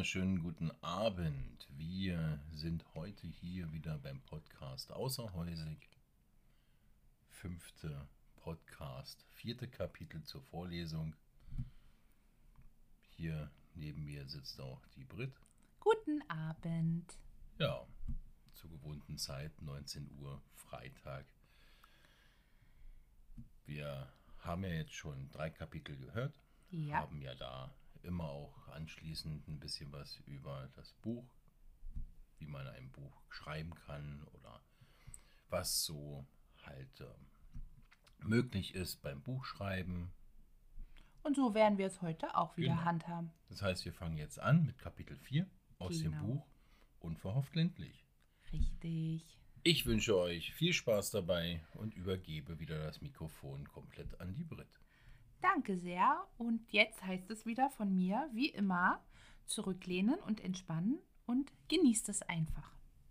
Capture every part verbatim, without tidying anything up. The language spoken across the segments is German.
wunderschönen guten Abend. Wir sind heute hier wieder beim Podcast Außerhäusig. Fünfte Podcast, vierte Kapitel zur Vorlesung. Hier neben mir sitzt auch die Brit. Guten Abend. Ja, zur gewohnten Zeit, neunzehn Uhr, Freitag. Wir haben ja jetzt schon drei Kapitel gehört, Ja. haben ja da immer auch anschließend ein bisschen was über das Buch, wie man ein Buch schreiben kann oder was so halt äh, möglich ist beim Buchschreiben. Und so werden wir es heute auch wieder Genau. handhaben. Das heißt, wir fangen jetzt an mit Kapitel vier aus dem Genau. Buch Unverhofft ländlich. Richtig. Ich wünsche euch viel Spaß dabei und übergebe wieder das Mikrofon komplett an die Brit. Danke sehr. Und jetzt heißt es wieder von mir, wie immer, zurücklehnen und entspannen und genießt es einfach.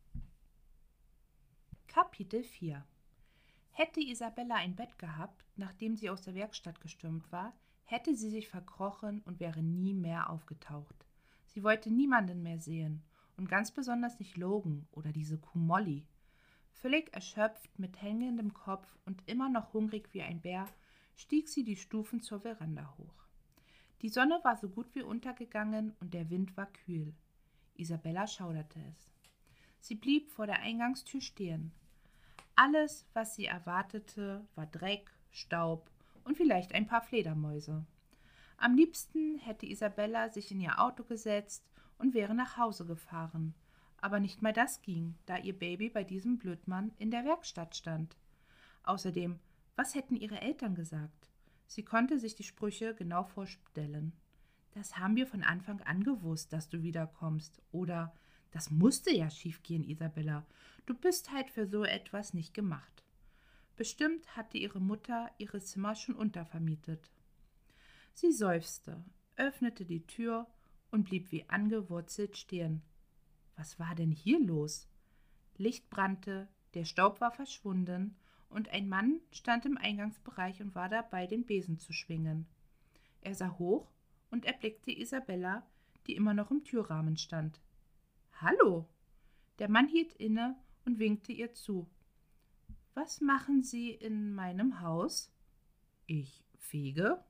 Kapitel vier. Hätte Isabella ein Bett gehabt, nachdem sie aus der Werkstatt gestürmt war, hätte sie sich verkrochen und wäre nie mehr aufgetaucht. Sie wollte niemanden mehr sehen und ganz besonders nicht Logan oder diese Kuh Molly. Völlig erschöpft, mit hängendem Kopf und immer noch hungrig wie ein Bär, stieg sie die Stufen zur Veranda hoch. Die Sonne war so gut wie untergegangen und der Wind war kühl. Isabella schauderte es. Sie blieb vor der Eingangstür stehen. Alles, was sie erwartete, war Dreck, Staub und vielleicht ein paar Fledermäuse. Am liebsten hätte Isabella sich in ihr Auto gesetzt und wäre nach Hause gefahren. Aber nicht mal das ging, da ihr Baby bei diesem Blödmann in der Werkstatt stand. Außerdem, was hätten ihre Eltern gesagt? Sie konnte sich die Sprüche genau vorstellen. Das haben wir von Anfang an gewusst, dass du wiederkommst. Oder, das musste ja schiefgehen, Isabella. Du bist halt für so etwas nicht gemacht. Bestimmt hatte ihre Mutter ihre Zimmer schon untervermietet. Sie seufzte, öffnete die Tür und blieb wie angewurzelt stehen. Was war denn hier los? Licht brannte, der Staub war verschwunden und ein Mann stand im Eingangsbereich und war dabei, den Besen zu schwingen. Er sah hoch und erblickte Isabella, die immer noch im Türrahmen stand. »Hallo!« Der Mann hielt inne und winkte ihr zu. »Was machen Sie in meinem Haus?« »Ich fege.«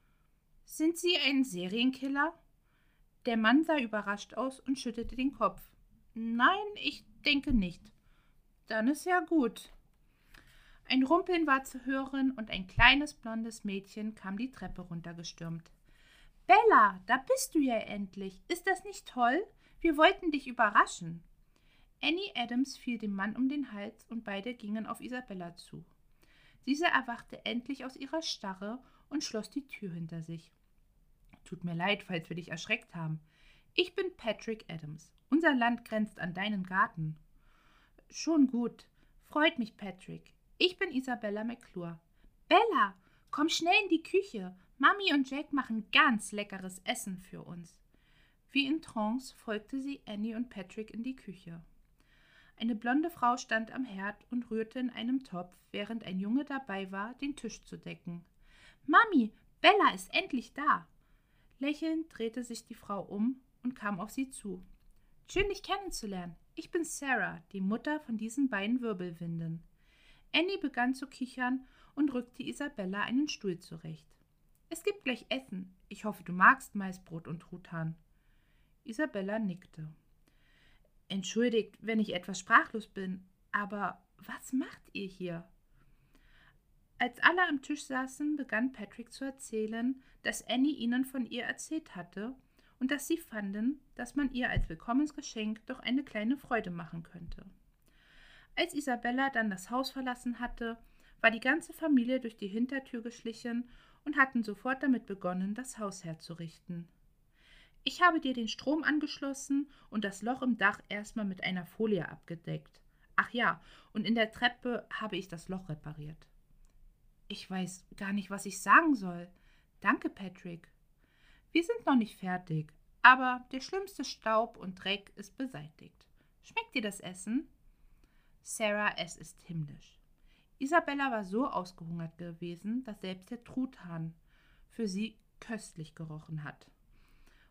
»Sind Sie ein Serienkiller?« Der Mann sah überrascht aus und schüttelte den Kopf. »Nein, ich denke nicht.« »Dann ist ja gut.« Ein Rumpeln war zu hören und ein kleines blondes Mädchen kam die Treppe runtergestürmt. »Bella, da bist du ja endlich. Ist das nicht toll? Wir wollten dich überraschen.« Annie Adams fiel dem Mann um den Hals und beide gingen auf Isabella zu. Diese erwachte endlich aus ihrer Starre und schloss die Tür hinter sich. »Tut mir leid, falls wir dich erschreckt haben. Ich bin Patrick Adams. Unser Land grenzt an deinen Garten.« »Schon gut. Freut mich, Patrick. Ich bin Isabella McClure. Bella, komm schnell in die Küche. Mami und Jack machen ganz leckeres Essen für uns.« Wie in Trance folgte sie Annie und Patrick in die Küche. Eine blonde Frau stand am Herd und rührte in einem Topf, während ein Junge dabei war, den Tisch zu decken. »Mami, Bella ist endlich da!« Lächelnd drehte sich die Frau um und kam auf sie zu. »Schön, dich kennenzulernen. Ich bin Sarah, die Mutter von diesen beiden Wirbelwinden.« Annie begann zu kichern und rückte Isabella einen Stuhl zurecht. »Es gibt gleich Essen. Ich hoffe, du magst Maisbrot und Truthahn.« Isabella nickte. »Entschuldigt, wenn ich etwas sprachlos bin, aber was macht ihr hier?« Als alle am Tisch saßen, begann Patrick zu erzählen, dass Annie ihnen von ihr erzählt hatte und dass sie fanden, dass man ihr als Willkommensgeschenk doch eine kleine Freude machen könnte. Als Isabella dann das Haus verlassen hatte, war die ganze Familie durch die Hintertür geschlichen und hatten sofort damit begonnen, das Haus herzurichten. »Ich habe dir den Strom angeschlossen und das Loch im Dach erstmal mit einer Folie abgedeckt. Ach ja, und in der Treppe habe ich das Loch repariert.« »Ich weiß gar nicht, was ich sagen soll. Danke, Patrick.« »Wir sind noch nicht fertig, aber der schlimmste Staub und Dreck ist beseitigt. Schmeckt dir das Essen?« Sarah, es ist himmlisch. Isabella war so ausgehungert gewesen, dass selbst der Truthahn für sie köstlich gerochen hat.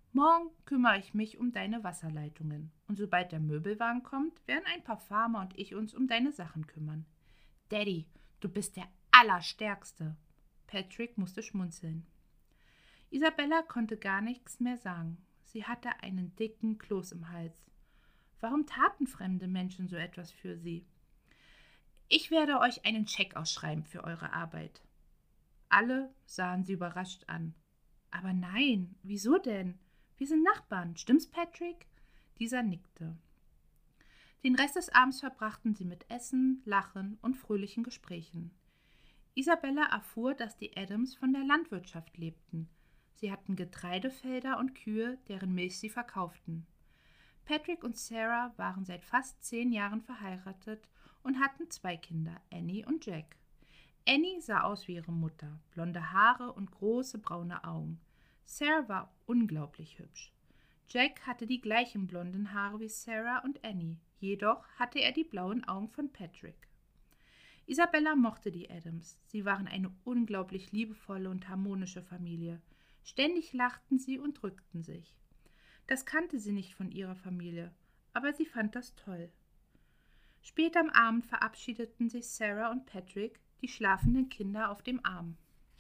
Morgen kümmere ich mich um deine Wasserleitungen. Und sobald der Möbelwagen kommt, werden ein paar Farmer und ich uns um deine Sachen kümmern. Daddy, du bist der Allerstärkste. Patrick musste schmunzeln. Isabella konnte gar nichts mehr sagen. Sie hatte einen dicken Kloß im Hals. Warum taten fremde Menschen so etwas für sie? Ich werde euch einen Scheck ausschreiben für eure Arbeit. Alle sahen sie überrascht an. Aber nein, wieso denn? Wir sind Nachbarn, stimmt's, Patrick? Dieser nickte. Den Rest des Abends verbrachten sie mit Essen, Lachen und fröhlichen Gesprächen. Isabella erfuhr, dass die Adams von der Landwirtschaft lebten. Sie hatten Getreidefelder und Kühe, deren Milch sie verkauften. Patrick und Sarah waren seit fast zehn Jahren verheiratet und hatten zwei Kinder, Annie und Jack. Annie sah aus wie ihre Mutter, blonde Haare und große braune Augen. Sarah war unglaublich hübsch. Jack hatte die gleichen blonden Haare wie Sarah und Annie, jedoch hatte er die blauen Augen von Patrick. Isabella mochte die Adams. Sie waren eine unglaublich liebevolle und harmonische Familie. Ständig lachten sie und drückten sich. Das kannte sie nicht von ihrer Familie, aber sie fand das toll. Später am Abend verabschiedeten sich Sarah und Patrick, die schlafenden Kinder auf dem Arm.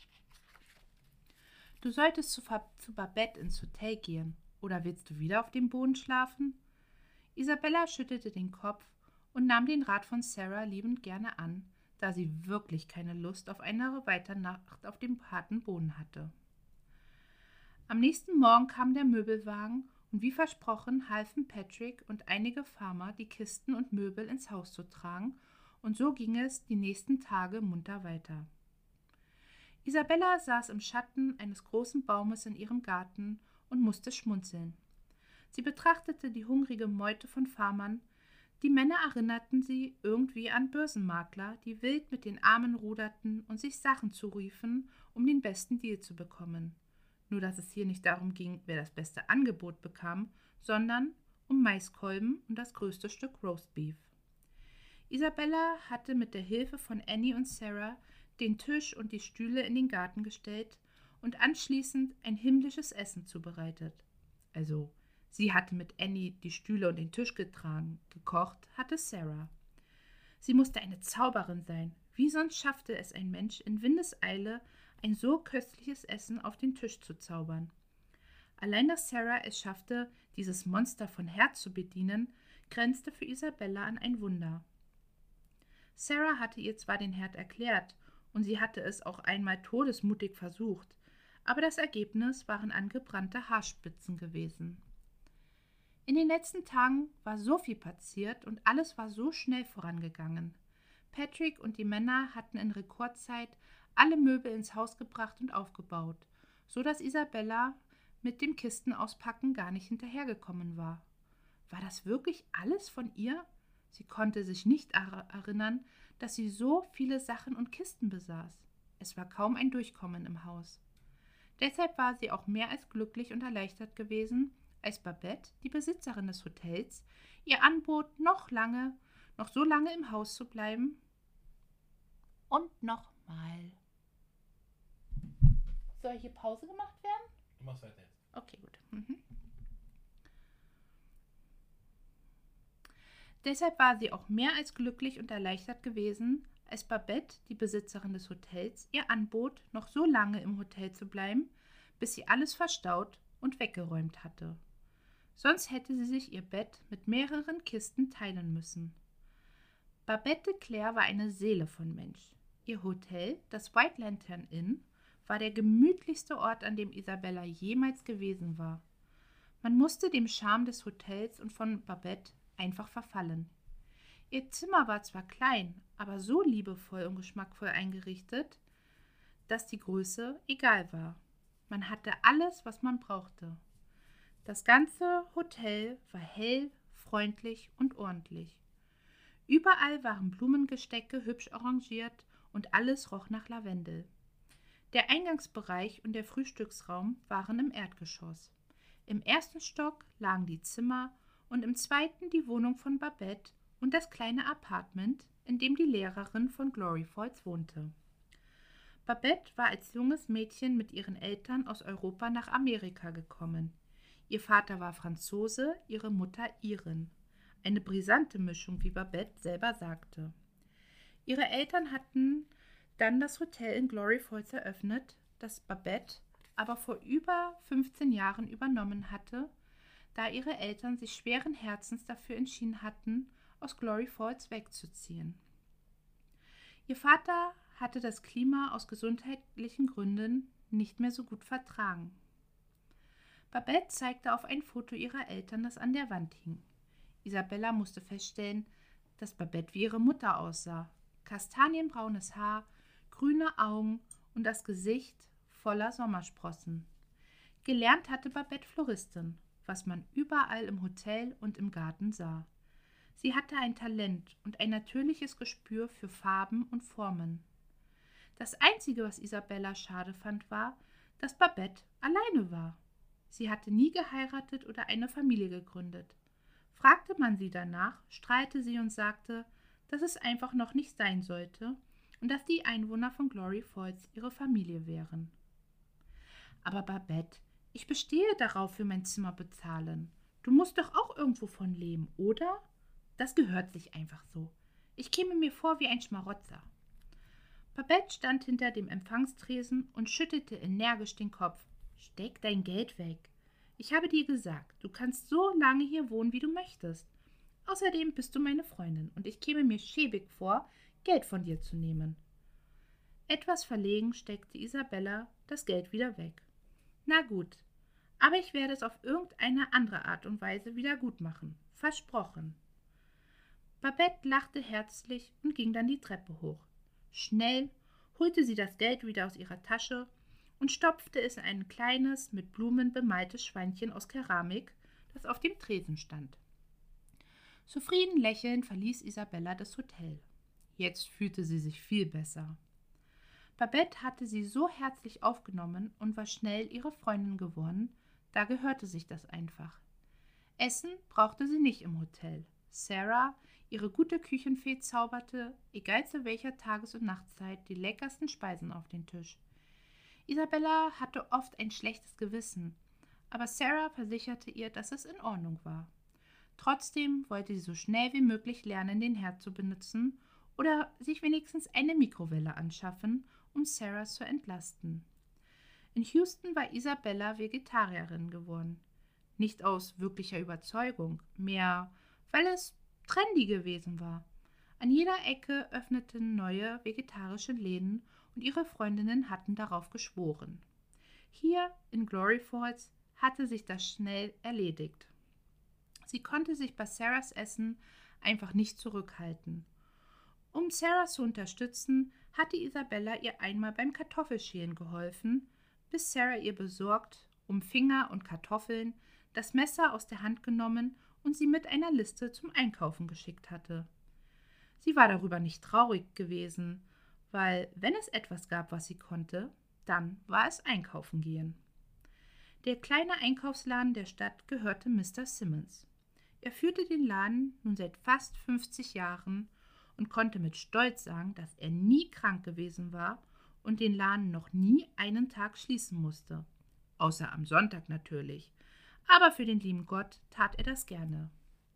Du solltest zu, zu Babette ins Hotel gehen. Oder willst du wieder auf dem Boden schlafen? Isabella schüttelte den Kopf und nahm den Rat von Sarah liebend gerne an, da sie wirklich keine Lust auf eine weitere Nacht auf dem harten Boden hatte. Am nächsten Morgen kam der Möbelwagen und wie versprochen halfen Patrick und einige Farmer, die Kisten und Möbel ins Haus zu tragen, und so ging es die nächsten Tage munter weiter. Isabella saß im Schatten eines großen Baumes in ihrem Garten und musste schmunzeln. Sie betrachtete die hungrige Meute von Farmern. Die Männer erinnerten sie irgendwie an Börsenmakler, die wild mit den Armen ruderten und sich Sachen zuriefen, um den besten Deal zu bekommen. Nur dass es hier nicht darum ging, wer das beste Angebot bekam, sondern um Maiskolben und das größte Stück Roastbeef. Isabella hatte mit der Hilfe von Annie und Sarah den Tisch und die Stühle in den Garten gestellt und anschließend ein himmlisches Essen zubereitet. Also, sie hatte mit Annie die Stühle und den Tisch getragen, gekocht hatte Sarah. Sie musste eine Zauberin sein. Wie sonst schaffte es ein Mensch in Windeseile, ein so köstliches Essen auf den Tisch zu zaubern? Allein dass Sarah es schaffte, dieses Monster von Herz zu bedienen, grenzte für Isabella an ein Wunder. Sarah hatte ihr zwar den Herd erklärt, und sie hatte es auch einmal todesmutig versucht, aber das Ergebnis waren angebrannte Haarspitzen gewesen. In den letzten Tagen war so viel passiert und alles war so schnell vorangegangen. Patrick und die Männer hatten in Rekordzeit alle Möbel ins Haus gebracht und aufgebaut, so dass Isabella mit dem Kistenauspacken gar nicht hinterhergekommen war. War das wirklich alles von ihr? Sie konnte sich nicht er- erinnern, dass sie so viele Sachen und Kisten besaß. Es war kaum ein Durchkommen im Haus. Deshalb war sie auch mehr als glücklich und erleichtert gewesen, als Babette, die Besitzerin des Hotels, ihr anbot, noch lange, noch so lange im Haus zu bleiben. Und nochmal. Soll hier Pause gemacht werden? Du machst weiter jetzt. Okay, gut. Mhm. Deshalb war sie auch mehr als glücklich und erleichtert gewesen, als Babette, die Besitzerin des Hotels, ihr anbot, noch so lange im Hotel zu bleiben, bis sie alles verstaut und weggeräumt hatte. Sonst hätte sie sich ihr Bett mit mehreren Kisten teilen müssen. Babette de Clare war eine Seele von Mensch. Ihr Hotel, das White Lantern Inn, war der gemütlichste Ort, an dem Isabella jemals gewesen war. Man musste dem Charme des Hotels und von Babette einfach verfallen. Ihr Zimmer war zwar klein, aber so liebevoll und geschmackvoll eingerichtet, dass die Größe egal war. Man hatte alles, was man brauchte. Das ganze Hotel war hell, freundlich und ordentlich. Überall waren Blumengestecke hübsch arrangiert und alles roch nach Lavendel. Der Eingangsbereich und der Frühstücksraum waren im Erdgeschoss. Im ersten Stock lagen die Zimmer und im zweiten die Wohnung von Babette und das kleine Apartment, in dem die Lehrerin von Glory Falls wohnte. Babette war als junges Mädchen mit ihren Eltern aus Europa nach Amerika gekommen. Ihr Vater war Franzose, ihre Mutter Irin. Eine brisante Mischung, wie Babette selber sagte. Ihre Eltern hatten dann das Hotel in Glory Falls eröffnet, das Babette aber vor über fünfzehn Jahren übernommen hatte, da ihre Eltern sich schweren Herzens dafür entschieden hatten, aus Glory Falls wegzuziehen. Ihr Vater hatte das Klima aus gesundheitlichen Gründen nicht mehr so gut vertragen. Babette zeigte auf ein Foto ihrer Eltern, das an der Wand hing. Isabella musste feststellen, dass Babette wie ihre Mutter aussah. Kastanienbraunes Haar, grüne Augen und das Gesicht voller Sommersprossen. Gelernt hatte Babette Floristin, was man überall im Hotel und im Garten sah. Sie hatte ein Talent und ein natürliches Gespür für Farben und Formen. Das Einzige, was Isabella schade fand, war, dass Babette alleine war. Sie hatte nie geheiratet oder eine Familie gegründet. Fragte man sie danach, strahlte sie und sagte, dass es einfach noch nicht sein sollte und dass die Einwohner von Glory Falls ihre Familie wären. Aber Babette, ich bestehe darauf, für mein Zimmer bezahlen. Du musst doch auch irgendwo von leben, oder? Das gehört sich einfach so. Ich käme mir vor wie ein Schmarotzer. Babette stand hinter dem Empfangstresen und schüttelte energisch den Kopf. Steck dein Geld weg. Ich habe dir gesagt, du kannst so lange hier wohnen, wie du möchtest. Außerdem bist du meine Freundin und ich käme mir schäbig vor, Geld von dir zu nehmen. Etwas verlegen steckte Isabella das Geld wieder weg. Na gut, aber ich werde es auf irgendeine andere Art und Weise wieder gut machen. Versprochen. Babette lachte herzlich und ging dann die Treppe hoch. Schnell holte sie das Geld wieder aus ihrer Tasche und stopfte es in ein kleines, mit Blumen bemaltes Schweinchen aus Keramik, das auf dem Tresen stand. Zufrieden lächelnd verließ Isabella das Hotel. Jetzt fühlte sie sich viel besser. Babette hatte sie so herzlich aufgenommen und war schnell ihre Freundin geworden, da gehörte sich das einfach. Essen brauchte sie nicht im Hotel. Sarah, ihre gute Küchenfee, zauberte, egal zu welcher Tages- und Nachtzeit, die leckersten Speisen auf den Tisch. Isabella hatte oft ein schlechtes Gewissen, aber Sarah versicherte ihr, dass es in Ordnung war. Trotzdem wollte sie so schnell wie möglich lernen, den Herd zu benutzen oder sich wenigstens eine Mikrowelle anschaffen, um Sarah zu entlasten. In Houston war Isabella Vegetarierin geworden. Nicht aus wirklicher Überzeugung, mehr weil es trendy gewesen war. An jeder Ecke öffneten neue vegetarische Läden und ihre Freundinnen hatten darauf geschworen. Hier in Glory Falls hatte sich das schnell erledigt. Sie konnte sich bei Sarahs Essen einfach nicht zurückhalten. Um Sarah zu unterstützen, hatte Isabella ihr einmal beim Kartoffelschälen geholfen, bis Sarah ihr besorgt, um Finger und Kartoffeln, das Messer aus der Hand genommen und sie mit einer Liste zum Einkaufen geschickt hatte. Sie war darüber nicht traurig gewesen, weil, wenn es etwas gab, was sie konnte, dann war es einkaufen gehen. Der kleine Einkaufsladen der Stadt gehörte Mister Simmons. Er führte den Laden nun seit fast fünfzig Jahren und konnte mit Stolz sagen, dass er nie krank gewesen war und den Laden noch nie einen Tag schließen musste. Außer am Sonntag natürlich. Aber für den lieben Gott tat er das gerne.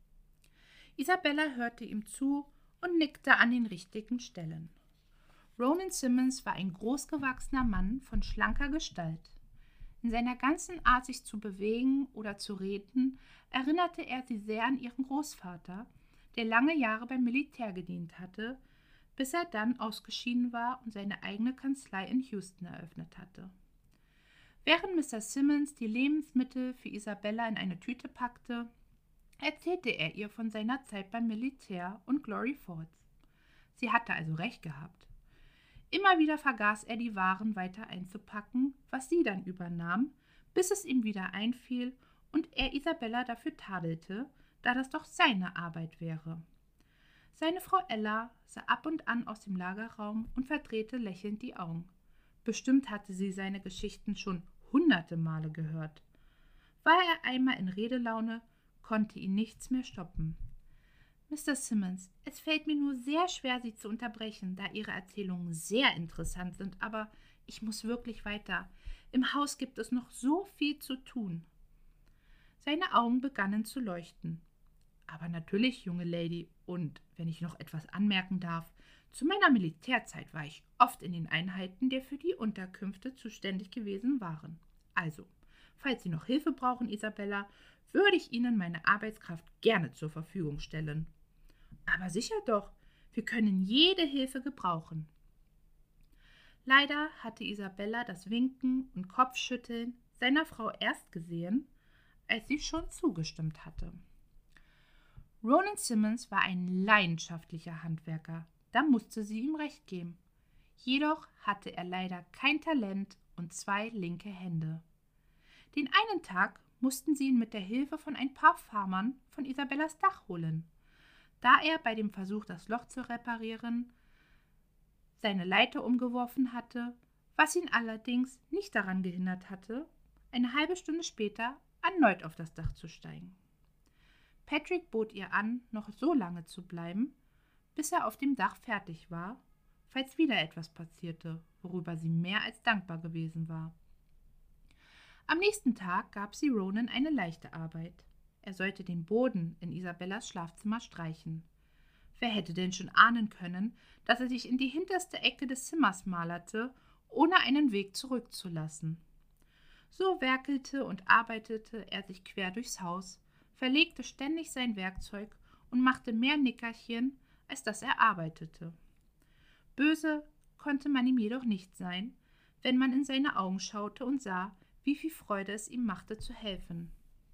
Isabella hörte ihm zu und nickte an den richtigen Stellen. Ronan Simmons war ein großgewachsener Mann von schlanker Gestalt. In seiner ganzen Art, sich zu bewegen oder zu reden, erinnerte er sie sehr an ihren Großvater, der lange Jahre beim Militär gedient hatte, bis er dann ausgeschieden war und seine eigene Kanzlei in Houston eröffnet hatte. Während Mister Simmons die Lebensmittel für Isabella in eine Tüte packte, erzählte er ihr von seiner Zeit beim Militär und Glory Falls. Sie hatte also recht gehabt. Immer wieder vergaß er, die Waren weiter einzupacken, was sie dann übernahm, bis es ihm wieder einfiel und er Isabella dafür tadelte, da das doch seine Arbeit wäre. Seine Frau Ella sah ab und an aus dem Lagerraum und verdrehte lächelnd die Augen. Bestimmt hatte sie seine Geschichten schon hunderte Male gehört. War er einmal in Redelaune, konnte ihn nichts mehr stoppen. Mister Simmons, es fällt mir nur sehr schwer, Sie zu unterbrechen, da Ihre Erzählungen sehr interessant sind, aber ich muss wirklich weiter. Im Haus gibt es noch so viel zu tun. Seine Augen begannen zu leuchten. »Aber natürlich, junge Lady, und wenn ich noch etwas anmerken darf, zu meiner Militärzeit war ich oft in den Einheiten, die für die Unterkünfte zuständig gewesen waren. Also, falls Sie noch Hilfe brauchen, Isabella, würde ich Ihnen meine Arbeitskraft gerne zur Verfügung stellen.« »Aber sicher doch, wir können jede Hilfe gebrauchen.« Leider hatte Isabella das Winken und Kopfschütteln seiner Frau erst gesehen, als sie schon zugestimmt hatte. Ronan Simmons war ein leidenschaftlicher Handwerker, da musste sie ihm recht geben. Jedoch hatte er leider kein Talent und zwei linke Hände. Den einen Tag mussten sie ihn mit der Hilfe von ein paar Farmern von Isabellas Dach holen, da er bei dem Versuch, das Loch zu reparieren, seine Leiter umgeworfen hatte, was ihn allerdings nicht daran gehindert hatte, eine halbe Stunde später erneut auf das Dach zu steigen. Patrick bot ihr an, noch so lange zu bleiben, bis er auf dem Dach fertig war, falls wieder etwas passierte, worüber sie mehr als dankbar gewesen war. Am nächsten Tag gab sie Ronan eine leichte Arbeit. Er sollte den Boden in Isabellas Schlafzimmer streichen. Wer hätte denn schon ahnen können, dass er sich in die hinterste Ecke des Zimmers malerte, ohne einen Weg zurückzulassen. So werkelte und arbeitete er sich quer durchs Haus, verlegte ständig sein Werkzeug und machte mehr Nickerchen, als dass er arbeitete. Böse konnte man ihm jedoch nicht sein, wenn man in seine Augen schaute und sah, wie viel Freude es ihm machte, zu helfen.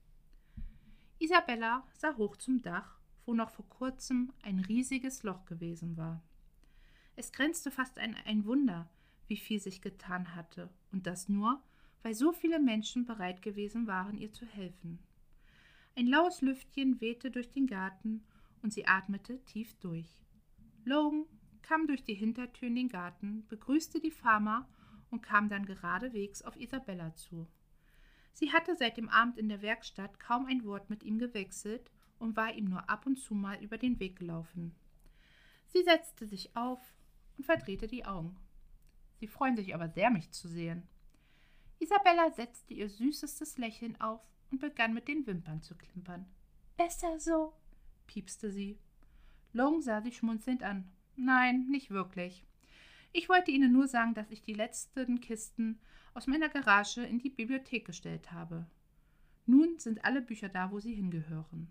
Isabella sah hoch zum Dach, wo noch vor kurzem ein riesiges Loch gewesen war. Es grenzte fast an ein Wunder, wie viel sich getan hatte, und das nur, weil so viele Menschen bereit gewesen waren, ihr zu helfen. Ein laues Lüftchen wehte durch den Garten und sie atmete tief durch. Logan kam durch die Hintertür in den Garten, begrüßte die Farmer und kam dann geradewegs auf Isabella zu. Sie hatte seit dem Abend in der Werkstatt kaum ein Wort mit ihm gewechselt und war ihm nur ab und zu mal über den Weg gelaufen. Sie setzte sich auf und verdrehte die Augen. »Sie freuen sich aber sehr, mich zu sehen.« Isabella setzte ihr süßestes Lächeln auf und begann mit den Wimpern zu klimpern. »Besser so«, piepste sie. Logan sah sie schmunzelnd an. »Nein, nicht wirklich. Ich wollte Ihnen nur sagen, dass ich die letzten Kisten aus meiner Garage in die Bibliothek gestellt habe. Nun sind alle Bücher da, wo sie hingehören.«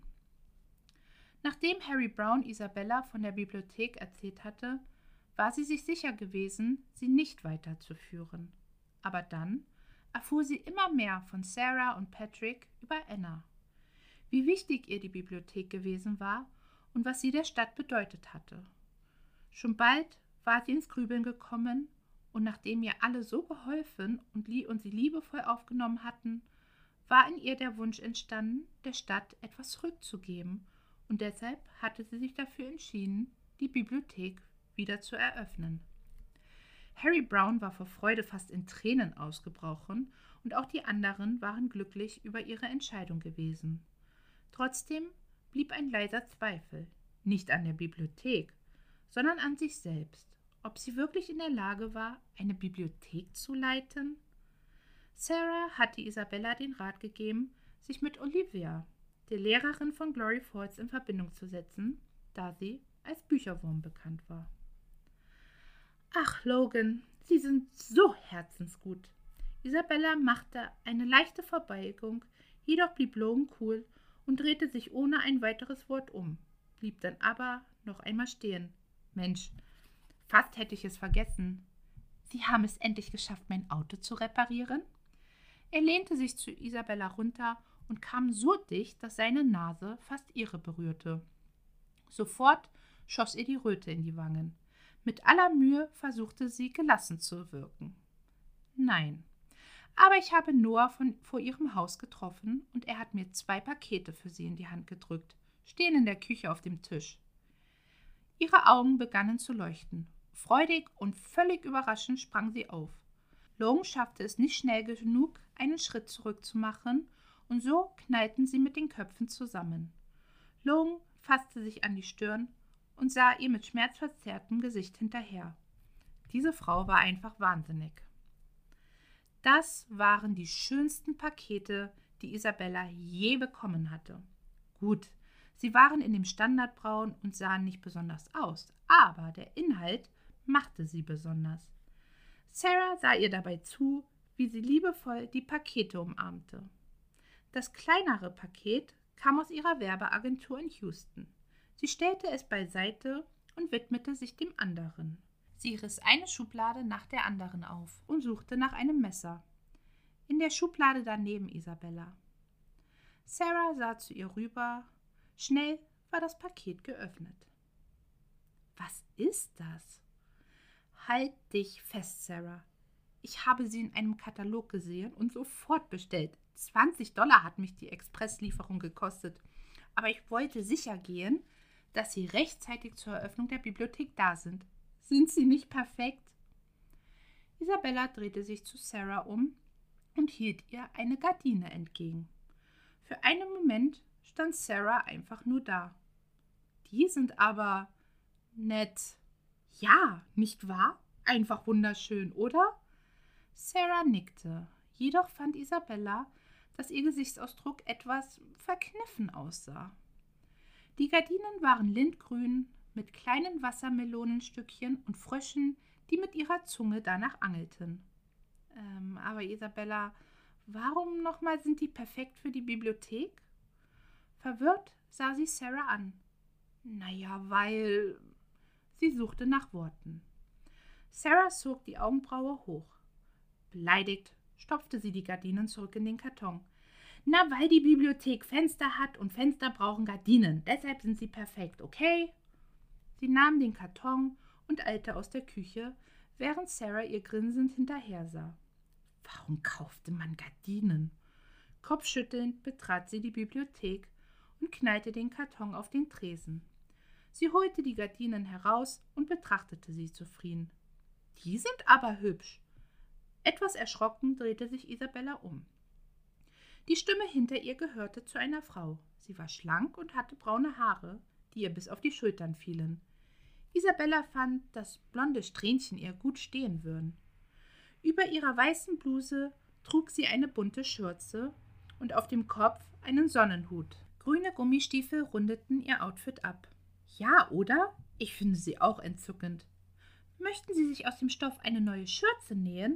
Nachdem Harry Brown Isabella von der Bibliothek erzählt hatte, war sie sich sicher gewesen, sie nicht weiterzuführen. Aber dann erfuhr sie immer mehr von Sarah und Patrick über Anna, wie wichtig ihr die Bibliothek gewesen war und was sie der Stadt bedeutet hatte. Schon bald war sie ins Grübeln gekommen, und nachdem ihr alle so geholfen und, lie- und sie liebevoll aufgenommen hatten, war in ihr der Wunsch entstanden, der Stadt etwas zurückzugeben, und deshalb hatte sie sich dafür entschieden, die Bibliothek wieder zu eröffnen. Harry Brown war vor Freude fast in Tränen ausgebrochen, und auch die anderen waren glücklich über ihre Entscheidung gewesen. Trotzdem blieb ein leiser Zweifel, nicht an der Bibliothek, sondern an sich selbst, ob sie wirklich in der Lage war, eine Bibliothek zu leiten. Sarah hatte Isabella den Rat gegeben, sich mit Olivia, der Lehrerin von Glory Falls, in Verbindung zu setzen, da sie als Bücherwurm bekannt war. »Ach, Logan, Sie sind so herzensgut.« Isabella machte eine leichte Verbeugung, jedoch blieb Logan cool und drehte sich ohne ein weiteres Wort um, blieb dann aber noch einmal stehen. »Mensch, fast hätte ich es vergessen. Sie haben es endlich geschafft, mein Auto zu reparieren?« Er lehnte sich zu Isabella runter und kam so dicht, dass seine Nase fast ihre berührte. Sofort schoss ihr die Röte in die Wangen. Mit aller Mühe versuchte sie, gelassen zu wirken. »Nein, aber ich habe Noah von, vor ihrem Haus getroffen und er hat mir zwei Pakete für sie in die Hand gedrückt, stehen in der Küche auf dem Tisch.« Ihre Augen begannen zu leuchten. Freudig und völlig überraschend sprang sie auf. Logan schaffte es nicht schnell genug, einen Schritt zurück zu machen, und so knallten sie mit den Köpfen zusammen. Logan fasste sich an die Stirn und sah ihr mit schmerzverzerrtem Gesicht hinterher. Diese Frau war einfach wahnsinnig. Das waren die schönsten Pakete, die Isabella je bekommen hatte. Gut, sie waren in dem Standardbraun und sahen nicht besonders aus, aber der Inhalt machte sie besonders. Sarah sah ihr dabei zu, wie sie liebevoll die Pakete umarmte. Das kleinere Paket kam aus ihrer Werbeagentur in Houston. Sie stellte es beiseite und widmete sich dem anderen. Sie riss eine Schublade nach der anderen auf und suchte nach einem Messer. In der Schublade daneben Isabella. Sarah sah zu ihr rüber. Schnell war das Paket geöffnet. Was ist das? Halt dich fest, Sarah. Ich habe sie in einem Katalog gesehen und sofort bestellt. zwanzig Dollar hat mich die Expresslieferung gekostet. Aber ich wollte sicher gehen, dass sie rechtzeitig zur Eröffnung der Bibliothek da sind. Sind sie nicht perfekt? Isabella drehte sich zu Sarah um und hielt ihr eine Gardine entgegen. Für einen Moment stand Sarah einfach nur da. Die sind aber nett. Ja, nicht wahr? Einfach wunderschön, oder? Sarah nickte. Jedoch fand Isabella, dass ihr Gesichtsausdruck etwas verkniffen aussah. Die Gardinen waren lindgrün mit kleinen Wassermelonenstückchen und Fröschen, die mit ihrer Zunge danach angelten. Ähm, aber Isabella, warum nochmal sind die perfekt für die Bibliothek? Verwirrt sah sie Sarah an. Naja, weil... Sie suchte nach Worten. Sarah zog die Augenbraue hoch. Beleidigt stopfte sie die Gardinen zurück in den Karton. Na, weil die Bibliothek Fenster hat und Fenster brauchen Gardinen. Deshalb sind sie perfekt, okay? Sie nahm den Karton und eilte aus der Küche, während Sarah ihr grinsend hinterhersah. Warum kaufte man Gardinen? Kopfschüttelnd betrat sie die Bibliothek und knallte den Karton auf den Tresen. Sie holte die Gardinen heraus und betrachtete sie zufrieden. Die sind aber hübsch. Etwas erschrocken drehte sich Isabella um. Die Stimme hinter ihr gehörte zu einer Frau. Sie war schlank und hatte braune Haare, die ihr bis auf die Schultern fielen. Isabella fand, dass blonde Strähnchen ihr gut stehen würden. Über ihrer weißen Bluse trug sie eine bunte Schürze und auf dem Kopf einen Sonnenhut. Grüne Gummistiefel rundeten ihr Outfit ab. Ja, oder? Ich finde sie auch entzückend. Möchten Sie sich aus dem Stoff eine neue Schürze nähen?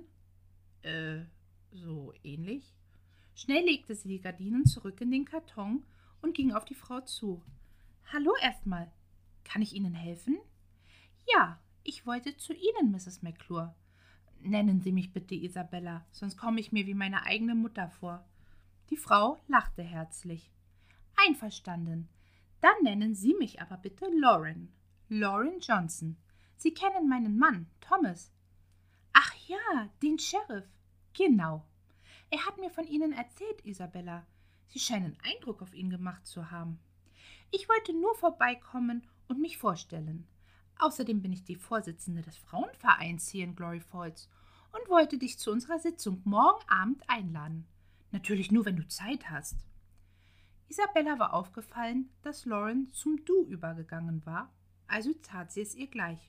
Äh, so ähnlich. Schnell legte sie die Gardinen zurück in den Karton und ging auf die Frau zu. Hallo erstmal. Kann ich Ihnen helfen? Ja, ich wollte zu Ihnen, Misses McClure. Nennen Sie mich bitte Isabella, sonst komme ich mir wie meine eigene Mutter vor. Die Frau lachte herzlich. Einverstanden. Dann nennen Sie mich aber bitte Lauren. Lauren Johnson. Sie kennen meinen Mann, Thomas. Ach ja, den Sheriff. Genau. Er hat mir von Ihnen erzählt, Isabella. Sie scheinen Eindruck auf ihn gemacht zu haben. Ich wollte nur vorbeikommen und mich vorstellen. Außerdem bin ich die Vorsitzende des Frauenvereins hier in Glory Falls und wollte dich zu unserer Sitzung morgen Abend einladen. Natürlich nur, wenn du Zeit hast. Isabella war aufgefallen, dass Lauren zum Du übergegangen war, also tat sie es ihr gleich.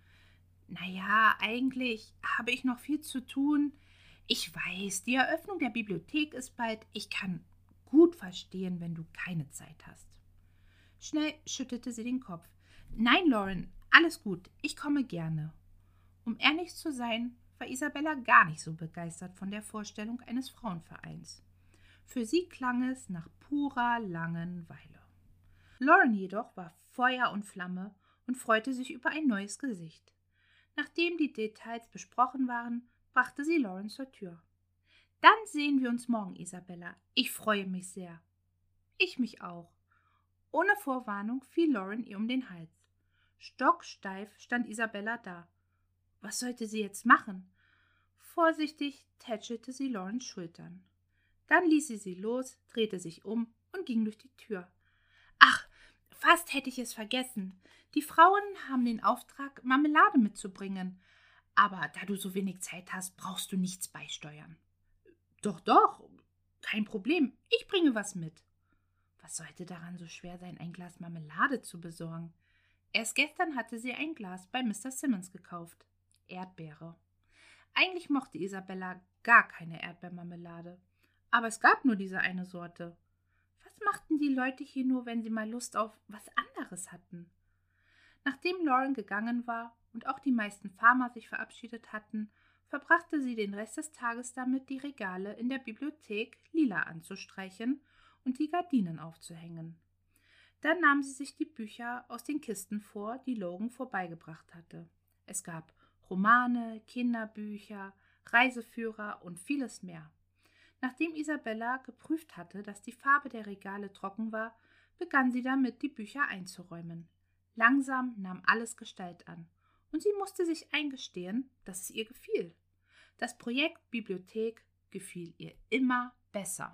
Naja, eigentlich habe ich noch viel zu tun. Ich weiß, die Eröffnung der Bibliothek ist bald. Ich kann gut verstehen, wenn du keine Zeit hast. Schnell schüttelte sie den Kopf. Nein, Lauren, alles gut, ich komme gerne. Um ehrlich zu sein, war Isabella gar nicht so begeistert von der Vorstellung eines Frauenvereins. Für sie klang es nach purer Langeweile. Lauren jedoch war Feuer und Flamme und freute sich über ein neues Gesicht. Nachdem die Details besprochen waren, brachte sie Lauren zur Tür. Dann sehen wir uns morgen, Isabella. Ich freue mich sehr. Ich mich auch. Ohne Vorwarnung fiel Lauren ihr um den Hals. Stocksteif stand Isabella da. Was sollte sie jetzt machen? Vorsichtig tätschelte sie Laurens Schultern. Dann ließ sie sie los, drehte sich um und ging durch die Tür. Ach, fast hätte ich es vergessen. Die Frauen haben den Auftrag, Marmelade mitzubringen. Aber da du so wenig Zeit hast, brauchst du nichts beisteuern. Doch, doch, kein Problem. Ich bringe was mit. Was sollte daran so schwer sein, ein Glas Marmelade zu besorgen? Erst gestern hatte sie ein Glas bei Mister Simmons gekauft. Erdbeere. Eigentlich mochte Isabella gar keine Erdbeermarmelade. Aber es gab nur diese eine Sorte. Was machten die Leute hier nur, wenn sie mal Lust auf was anderes hatten? Nachdem Lauren gegangen war und auch die meisten Farmer sich verabschiedet hatten, verbrachte sie den Rest des Tages damit, die Regale in der Bibliothek lila anzustreichen und die Gardinen aufzuhängen. Dann nahm sie sich die Bücher aus den Kisten vor, die Logan vorbeigebracht hatte. Es gab Romane, Kinderbücher, Reiseführer und vieles mehr. Nachdem Isabella geprüft hatte, dass die Farbe der Regale trocken war, begann sie damit, die Bücher einzuräumen. Langsam nahm alles Gestalt an, und sie musste sich eingestehen, dass es ihr gefiel. Das Projekt Bibliothek gefiel ihr immer besser.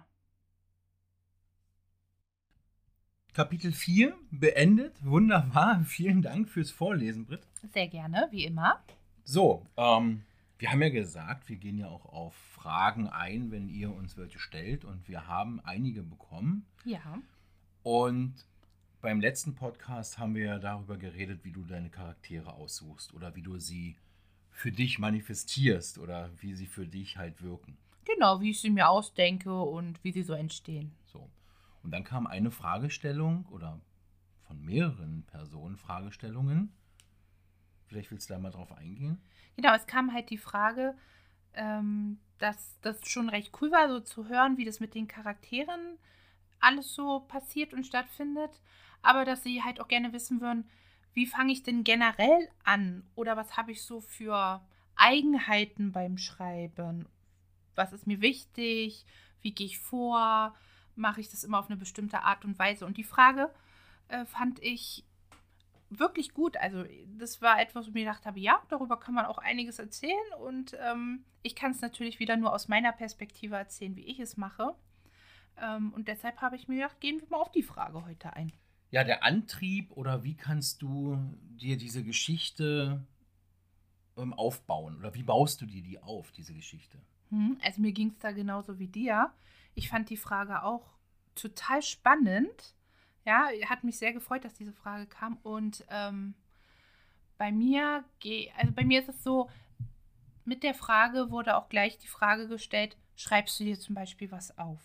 Kapitel vier beendet. Wunderbar. Vielen Dank fürs Vorlesen, Britt. Sehr gerne, wie immer. So, ähm, wir haben ja gesagt, wir gehen ja auch auf Fragen ein, wenn ihr uns welche stellt. Und wir haben einige bekommen. Ja. Und beim letzten Podcast haben wir ja darüber geredet, wie du deine Charaktere aussuchst oder wie du sie für dich manifestierst oder wie sie für dich halt wirken. Genau, wie ich sie mir ausdenke und wie sie so entstehen. So. Und dann kam eine Fragestellung oder von mehreren Personen Fragestellungen. Vielleicht willst du da mal drauf eingehen? Genau, es kam halt die Frage, ähm, dass das schon recht cool war, so zu hören, wie das mit den Charakteren alles so passiert und stattfindet. Aber dass sie halt auch gerne wissen würden, wie fange ich denn generell an? Oder was habe ich so für Eigenheiten beim Schreiben? Was ist mir wichtig? Wie gehe ich vor? Mache ich das immer auf eine bestimmte Art und Weise? Und die Frage äh, fand ich wirklich gut. Also das war etwas, wo ich mir gedacht habe, ja, darüber kann man auch einiges erzählen. Und ähm, ich kann es natürlich wieder nur aus meiner Perspektive erzählen, wie ich es mache. Ähm, und deshalb habe ich mir gedacht, gehen wir mal auf die Frage heute ein. Ja, der Antrieb oder wie kannst du dir diese Geschichte ähm, aufbauen? Oder wie baust du dir die auf, diese Geschichte? Hm, also mir ging es da genauso wie dir. Ich fand die Frage auch total spannend. Ja, hat mich sehr gefreut, dass diese Frage kam. Und ähm, bei mir, geh, also bei mir ist es so, mit der Frage wurde auch gleich die Frage gestellt, schreibst du dir zum Beispiel was auf?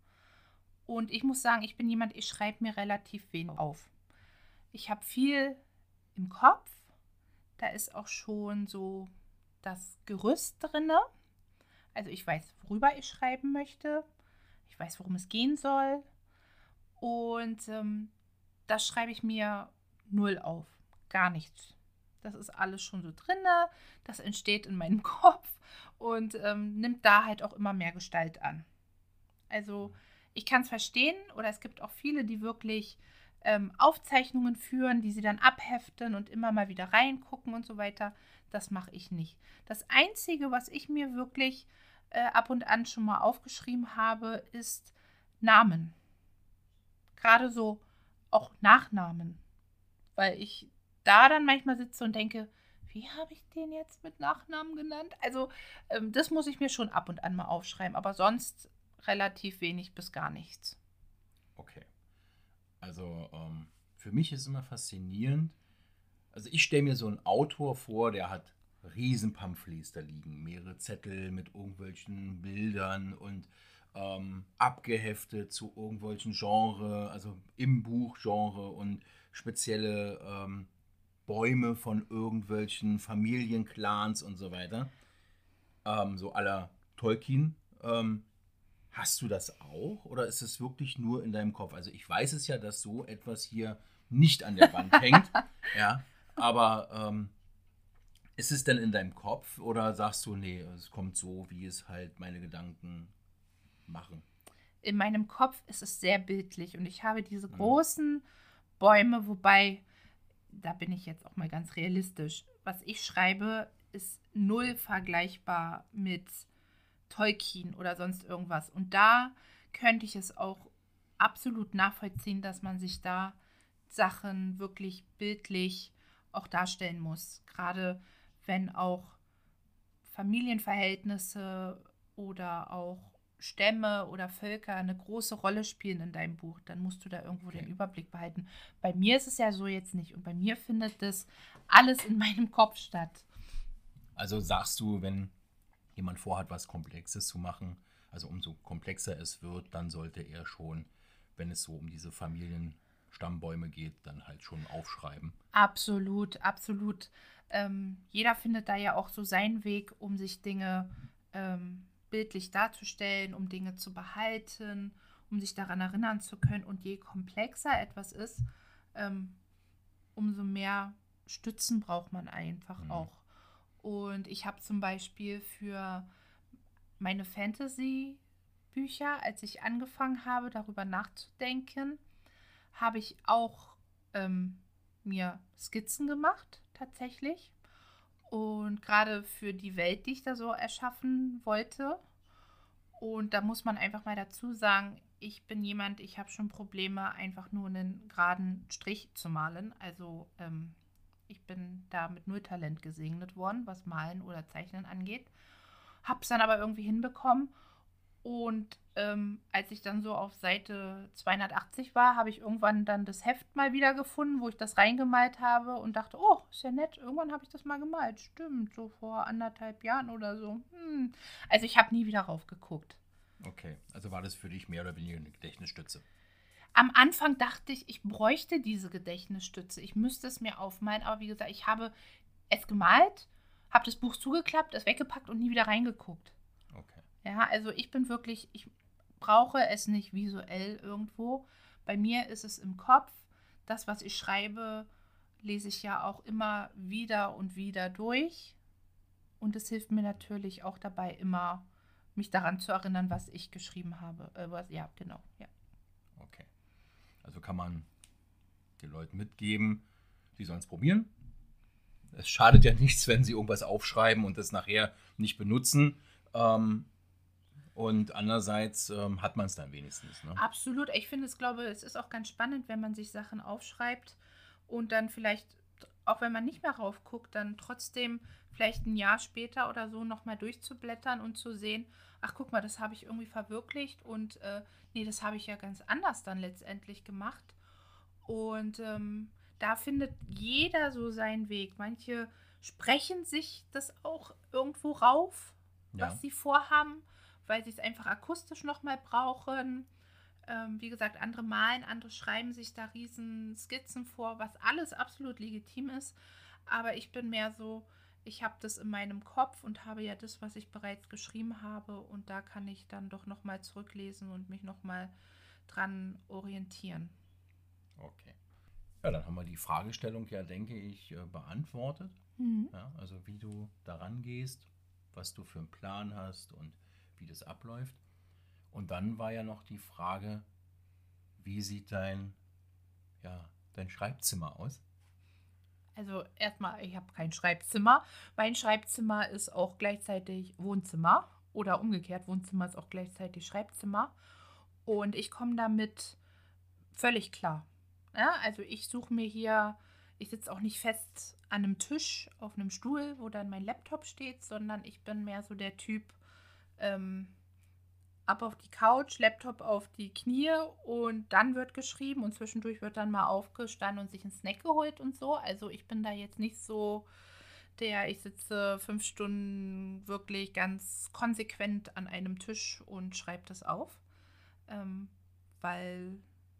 Und ich muss sagen, ich bin jemand, ich schreibe mir relativ wenig auf. Ich habe viel im Kopf. Da ist auch schon so das Gerüst drin. Also ich weiß, worüber ich schreiben möchte. Ich weiß, worum es gehen soll. Und ähm, das schreibe ich mir null auf. Gar nichts. Das ist alles schon so drin. Das entsteht in meinem Kopf und ähm, nimmt da halt auch immer mehr Gestalt an. Also ich kann es verstehen, oder es gibt auch viele, die wirklich ähm, Aufzeichnungen führen, die sie dann abheften und immer mal wieder reingucken und so weiter. Das mache ich nicht. Das Einzige, was ich mir wirklich äh, ab und an schon mal aufgeschrieben habe, ist Namen. Gerade so auch Nachnamen. Weil ich da dann manchmal sitze und denke, wie habe ich den jetzt mit Nachnamen genannt? Also ähm, das muss ich mir schon ab und an mal aufschreiben, aber sonst relativ wenig bis gar nichts. Okay. Also ähm, für mich ist immer faszinierend, also ich stelle mir so einen Autor vor, der hat riesen Pamphlets da liegen, mehrere Zettel mit irgendwelchen Bildern und ähm, abgeheftet zu irgendwelchen Genre, also im Buchgenre und spezielle ähm, Bäume von irgendwelchen Familienclans und so weiter. Ähm, so à la Tolkien. Ähm, hast du das auch oder ist es wirklich nur in deinem Kopf? Also ich weiß es ja, dass so etwas hier nicht an der Wand hängt. Ja, aber ähm, ist es denn in deinem Kopf oder sagst du, nee, es kommt so, wie es halt meine Gedanken machen? In meinem Kopf ist es sehr bildlich und ich habe diese großen Bäume, wobei, da bin ich jetzt auch mal ganz realistisch, was ich schreibe, ist null vergleichbar mit Tolkien oder sonst irgendwas. Und da könnte ich es auch absolut nachvollziehen, dass man sich da Sachen wirklich bildlich auch darstellen muss. Gerade wenn auch Familienverhältnisse oder auch Stämme oder Völker eine große Rolle spielen in deinem Buch, dann musst du da irgendwo okay. den Überblick behalten. Bei mir ist es ja so jetzt nicht und bei mir findet das alles in meinem Kopf statt. Also sagst du, wenn jemand vorhat, was Komplexes zu machen, Also umso komplexer es wird, dann sollte er schon, wenn es so um diese Familienstammbäume geht, dann halt schon aufschreiben. Absolut, absolut. Ähm, jeder findet da ja auch so seinen Weg, um sich Dinge ähm, bildlich darzustellen, um Dinge zu behalten, um sich daran erinnern zu können. Und je komplexer etwas ist, ähm, umso mehr Stützen braucht man einfach Mhm. auch. Und ich habe zum Beispiel für meine Fantasy-Bücher, als ich angefangen habe, darüber nachzudenken, habe ich auch ähm, mir Skizzen gemacht, tatsächlich. Und gerade für die Welt, die ich da so erschaffen wollte. Und da muss man einfach mal dazu sagen, ich bin jemand, ich habe schon Probleme, einfach nur einen geraden Strich zu malen. Also ähm, ich bin da mit null Talent gesegnet worden, was Malen oder Zeichnen angeht. Hab's dann aber irgendwie hinbekommen. Und ähm, als ich dann so auf Seite zweihundertachtzig war, habe ich irgendwann dann das Heft mal wieder gefunden, wo ich das reingemalt habe und dachte, oh, ist ja nett, irgendwann habe ich das mal gemalt. Stimmt, so vor anderthalb Jahren oder so. Hm. Also ich habe nie wieder raufgeguckt. Okay, also war das für dich mehr oder weniger eine Gedächtnisstütze? Am Anfang dachte ich, ich bräuchte diese Gedächtnisstütze. Ich müsste es mir aufmalen, aber wie gesagt, ich habe es gemalt, habe das Buch zugeklappt, es weggepackt und nie wieder reingeguckt. Okay. Ja, also ich bin wirklich, ich brauche es nicht visuell irgendwo. Bei mir ist es im Kopf. Das, was ich schreibe, lese ich ja auch immer wieder und wieder durch. Und es hilft mir natürlich auch dabei, immer mich daran zu erinnern, was ich geschrieben habe. Äh, was, ja, genau. Ja. Okay. Also kann man den Leuten mitgeben, die sollen es probieren. Es schadet ja nichts, wenn sie irgendwas aufschreiben und das nachher nicht benutzen. Ähm, und andererseits ähm, hat man es dann wenigstens. Ne? Absolut. Ich finde es, glaube, es ist auch ganz spannend, wenn man sich Sachen aufschreibt und dann vielleicht, auch wenn man nicht mehr raufguckt, dann trotzdem vielleicht ein Jahr später oder so nochmal durchzublättern und zu sehen, ach guck mal, das habe ich irgendwie verwirklicht und äh, nee, das habe ich ja ganz anders dann letztendlich gemacht. Und ähm, da findet jeder so seinen Weg. Manche sprechen sich das auch irgendwo rauf, Ja. was sie vorhaben, weil sie es einfach akustisch nochmal brauchen. Ähm, wie gesagt, andere malen, andere schreiben sich da riesen Skizzen vor, was alles absolut legitim ist. Aber ich bin mehr so, ich habe das in meinem Kopf und habe ja das, was ich bereits geschrieben habe. Und da kann ich dann doch nochmal zurücklesen und mich nochmal dran orientieren. Okay. Ja, dann haben wir die Fragestellung ja, denke ich, äh, beantwortet. Mhm. Ja, also wie du daran gehst, was du für einen Plan hast und wie das abläuft. Und dann war ja noch die Frage, wie sieht dein, ja, dein Schreibzimmer aus? Also erstmal, ich habe kein Schreibzimmer. Mein Schreibzimmer ist auch gleichzeitig Wohnzimmer oder umgekehrt, Wohnzimmer ist auch gleichzeitig Schreibzimmer. Und ich komme damit völlig klar. Ja, also ich suche mir hier, ich sitze auch nicht fest an einem Tisch, auf einem Stuhl, wo dann mein Laptop steht, sondern ich bin mehr so der Typ, ähm, ab auf die Couch, Laptop auf die Knie und dann wird geschrieben und zwischendurch wird dann mal aufgestanden und sich einen Snack geholt und so. Also ich bin da jetzt nicht so der, ich sitze fünf Stunden wirklich ganz konsequent an einem Tisch und schreibe das auf, ähm, weil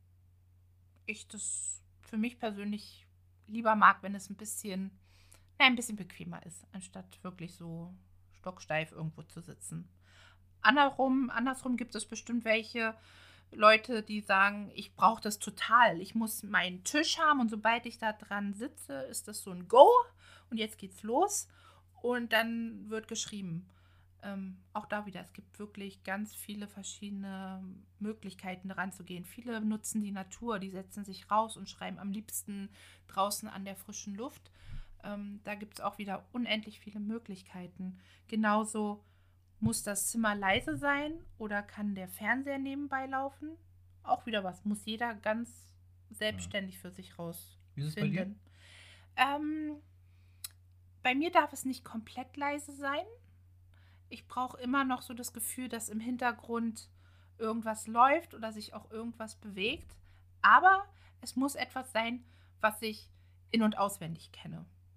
ich das für mich persönlich lieber mag, wenn es ein bisschen, na, ein bisschen bequemer ist, anstatt wirklich so stocksteif irgendwo zu sitzen. Andersrum, andersrum gibt es bestimmt welche Leute, die sagen, ich brauche das total. Ich muss meinen Tisch haben und sobald ich da dran sitze, ist das so ein Go und jetzt geht's los und dann wird geschrieben. Ähm, auch da wieder, es gibt wirklich ganz viele verschiedene Möglichkeiten daran zu gehen. Viele nutzen die Natur, die setzen sich raus und schreiben am liebsten draußen an der frischen Luft. Ähm, da gibt es auch wieder unendlich viele Möglichkeiten. Genauso muss das Zimmer leise sein oder kann der Fernseher nebenbei laufen? Auch wieder was. Muss jeder ganz selbstständig für sich Wie ist es bei dir? rausfinden. Ähm, bei mir darf es nicht komplett leise sein. Ich brauche immer noch so das Gefühl, dass im Hintergrund irgendwas läuft oder sich auch irgendwas bewegt. Aber es muss etwas sein, was ich in- und auswendig kenne.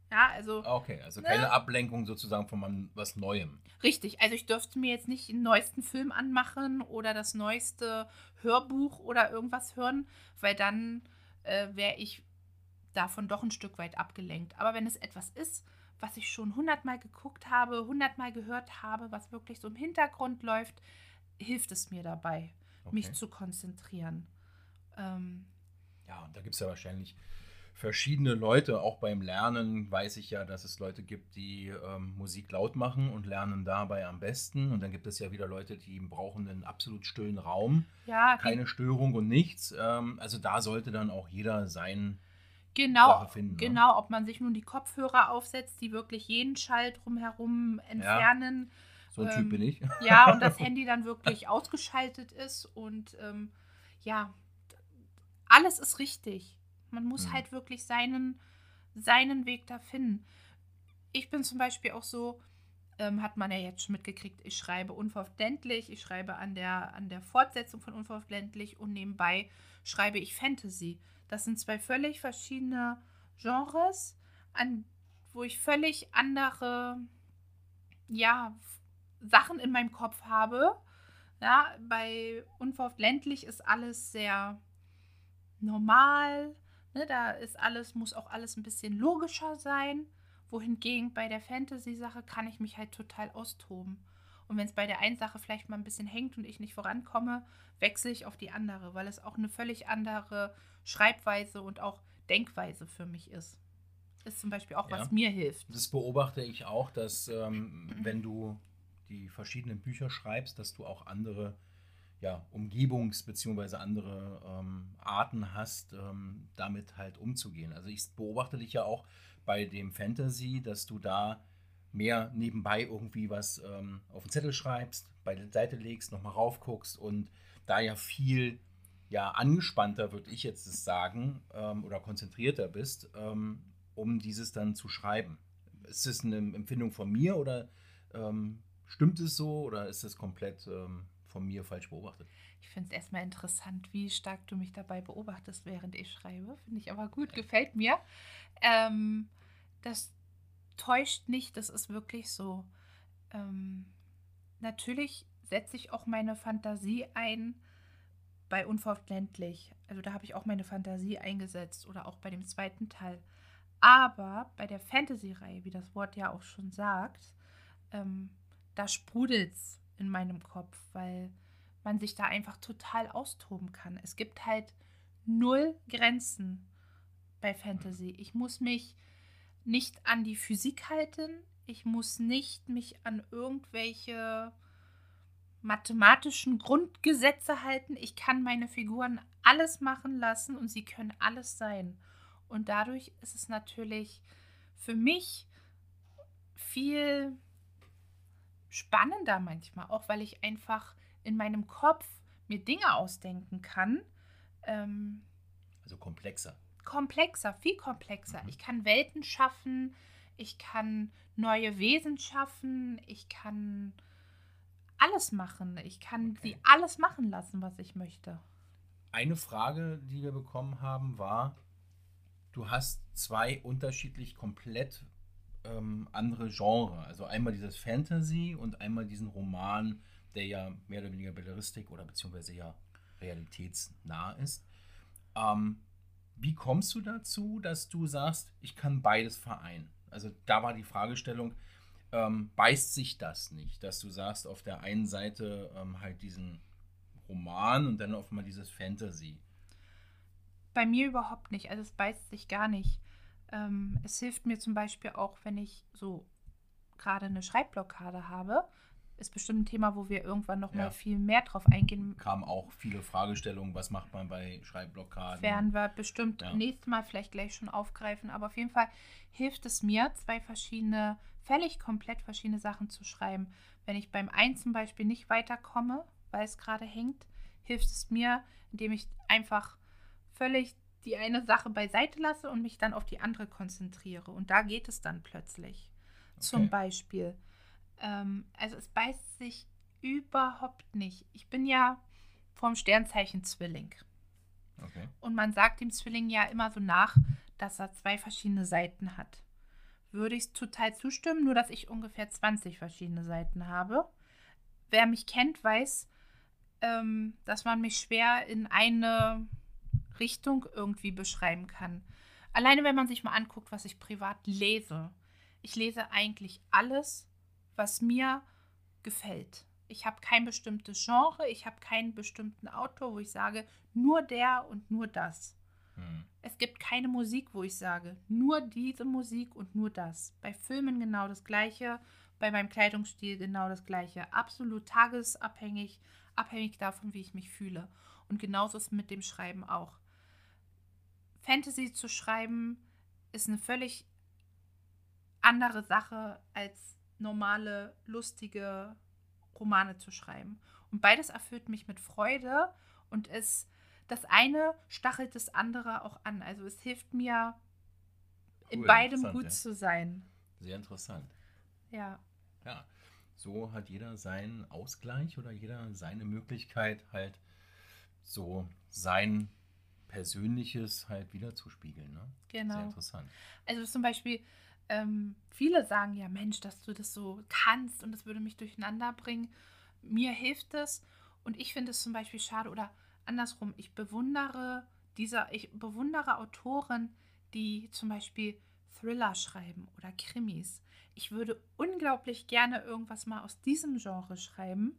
Ja, also. Okay, also ne? keine Ablenkung sozusagen von was Neuem. Richtig, also ich dürfte mir jetzt nicht den neuesten Film anmachen oder das neueste Hörbuch oder irgendwas hören, weil dann äh, wäre ich davon doch ein Stück weit abgelenkt. Aber wenn es etwas ist, was ich schon hundertmal geguckt habe, hundertmal gehört habe, was wirklich so im Hintergrund läuft, hilft es mir dabei, Okay. mich zu konzentrieren. Ähm, Ja, und da gibt es ja wahrscheinlich verschiedene Leute. Auch beim Lernen weiß ich ja, dass es Leute gibt, die ähm, Musik laut machen und lernen dabei am besten. Und dann gibt es ja wieder Leute, die brauchen einen absolut stillen Raum, ja, keine Störung und nichts. Ähm, also da sollte dann auch jeder sein genau, Sache finden. Ne? genau, ob man sich nun die Kopfhörer aufsetzt, die wirklich jeden Schall drumherum entfernen. So ein ähm, Typ bin ich. Ja, und das Handy dann wirklich ausgeschaltet ist und ähm, ja, alles ist richtig. Man muss Hm. halt wirklich seinen, seinen Weg da finden. Ich bin zum Beispiel auch so, ähm, hat man ja jetzt schon mitgekriegt, ich schreibe unverständlich, ich schreibe an der, an der Fortsetzung von unverständlich und nebenbei schreibe ich Fantasy. Das sind zwei völlig verschiedene Genres, an, wo ich völlig andere, ja, Sachen in meinem Kopf habe. Ja, bei unverständlich ist alles sehr normal, ne, da ist alles, muss auch alles ein bisschen logischer sein, wohingegen bei der Fantasy-Sache kann ich mich halt total austoben. Und wenn es bei der einen Sache vielleicht mal ein bisschen hängt und ich nicht vorankomme, wechsle ich auf die andere, weil es auch eine völlig andere Schreibweise und auch Denkweise für mich ist. Ist zum Beispiel auch, Ja. was mir hilft. Das beobachte ich auch, dass ähm, wenn du die verschiedenen Bücher schreibst, dass du auch andere ja, Umgebungs- bzw. andere ähm, Arten hast, ähm, damit halt umzugehen. Also ich beobachte dich ja auch bei dem Fantasy, dass du da mehr nebenbei irgendwie was ähm, auf den Zettel schreibst, bei der Seite legst, nochmal raufguckst und da ja viel ja, angespannter, würde ich jetzt das sagen, ähm, oder konzentrierter bist, ähm, um dieses dann zu schreiben. Ist das eine Empfindung von mir oder ähm, stimmt es so oder ist das komplett ähm, von mir falsch beobachtet? Ich finde es erstmal interessant, wie stark du mich dabei beobachtest, während ich schreibe. Finde ich aber gut, gefällt mir. Ähm, das täuscht nicht, das ist wirklich so. Ähm, natürlich setze ich auch meine Fantasie ein bei Unverständlich. Also da habe ich auch meine Fantasie eingesetzt oder auch bei dem zweiten Teil. Aber bei der Fantasy-Reihe, wie das Wort ja auch schon sagt, ähm, da sprudelt es in meinem Kopf, weil man sich da einfach total austoben kann. Es gibt halt null Grenzen bei Fantasy. Ich muss mich nicht an die Physik halten. Ich muss nicht mich an irgendwelche mathematischen Grundgesetze halten. Ich kann meine Figuren alles machen lassen und sie können alles sein. Und dadurch ist es natürlich für mich viel spannender manchmal, auch weil ich einfach in meinem Kopf mir Dinge ausdenken kann. Ähm, also komplexer. Komplexer, viel komplexer. Mhm. Ich kann Welten schaffen, ich kann neue Wesen schaffen, ich kann alles machen. Ich kann okay. sie alles machen lassen, was ich möchte. Eine Frage, die wir bekommen haben, war, du hast zwei unterschiedlich komplett ähm, andere Genres. Also einmal dieses Fantasy und einmal diesen Roman, der ja mehr oder weniger Belletristik oder beziehungsweise ja realitätsnah ist. Ähm, wie kommst du dazu, dass du sagst, ich kann beides vereinen? Also da war die Fragestellung, ähm, beißt sich das nicht, dass du sagst, auf der einen Seite ähm, halt diesen Roman und dann auf einmal dieses Fantasy? Bei mir überhaupt nicht. Also es beißt sich gar nicht. Ähm, es hilft mir zum Beispiel auch, wenn ich so gerade eine Schreibblockade habe. Ist bestimmt ein Thema, wo wir irgendwann noch ja. mal viel mehr drauf eingehen. Kamen auch viele Fragestellungen, was macht man bei Schreibblockaden? Werden wir bestimmt ja. nächstes Mal vielleicht gleich schon aufgreifen. Aber auf jeden Fall hilft es mir, zwei verschiedene, völlig komplett verschiedene Sachen zu schreiben. Wenn ich beim einen zum Beispiel nicht weiterkomme, weil es gerade hängt, hilft es mir, indem ich einfach völlig die eine Sache beiseite lasse und mich dann auf die andere konzentriere. Und da geht es dann plötzlich. Okay. Zum Beispiel. Ähm, also es beißt sich überhaupt nicht. Ich bin ja vom Sternzeichen Zwilling. Okay. Und man sagt dem Zwilling ja immer so nach, dass er zwei verschiedene Seiten hat. würde ich total zustimmen, nur dass ich ungefähr zwanzig verschiedene Seiten habe. Wer mich kennt, weiß, ähm, dass man mich schwer in eine Richtung irgendwie beschreiben kann. Alleine wenn man sich mal anguckt, was ich privat lese. Ich lese eigentlich alles, was mir gefällt. Ich habe kein bestimmtes Genre, ich habe keinen bestimmten Autor, wo ich sage, nur der und nur das. Hm. Es gibt keine Musik, wo ich sage, nur diese Musik und nur das. Bei Filmen genau das Gleiche, bei meinem Kleidungsstil genau das Gleiche. Absolut tagesabhängig, abhängig davon, wie ich mich fühle. Und genauso ist es mit dem Schreiben auch. Fantasy zu schreiben ist eine völlig andere Sache als normale, lustige Romane zu schreiben. Und beides erfüllt mich mit Freude und es, das eine stachelt das andere auch an. Also es hilft mir, in Cool, beidem interessant, gut ja. zu sein. Sehr interessant. Ja, Ja, so hat jeder seinen Ausgleich oder jeder seine Möglichkeit, halt so sein Persönliches halt wiederzuspiegeln. Ne? Sehr genau. interessant. Also zum Beispiel, ähm, viele sagen ja, Mensch, dass du das so kannst und das würde mich durcheinander bringen. Mir hilft es und ich finde es zum Beispiel schade oder andersrum, ich bewundere dieser, ich bewundere Autoren, die zum Beispiel Thriller schreiben oder Krimis. Ich würde unglaublich gerne irgendwas mal aus diesem Genre schreiben,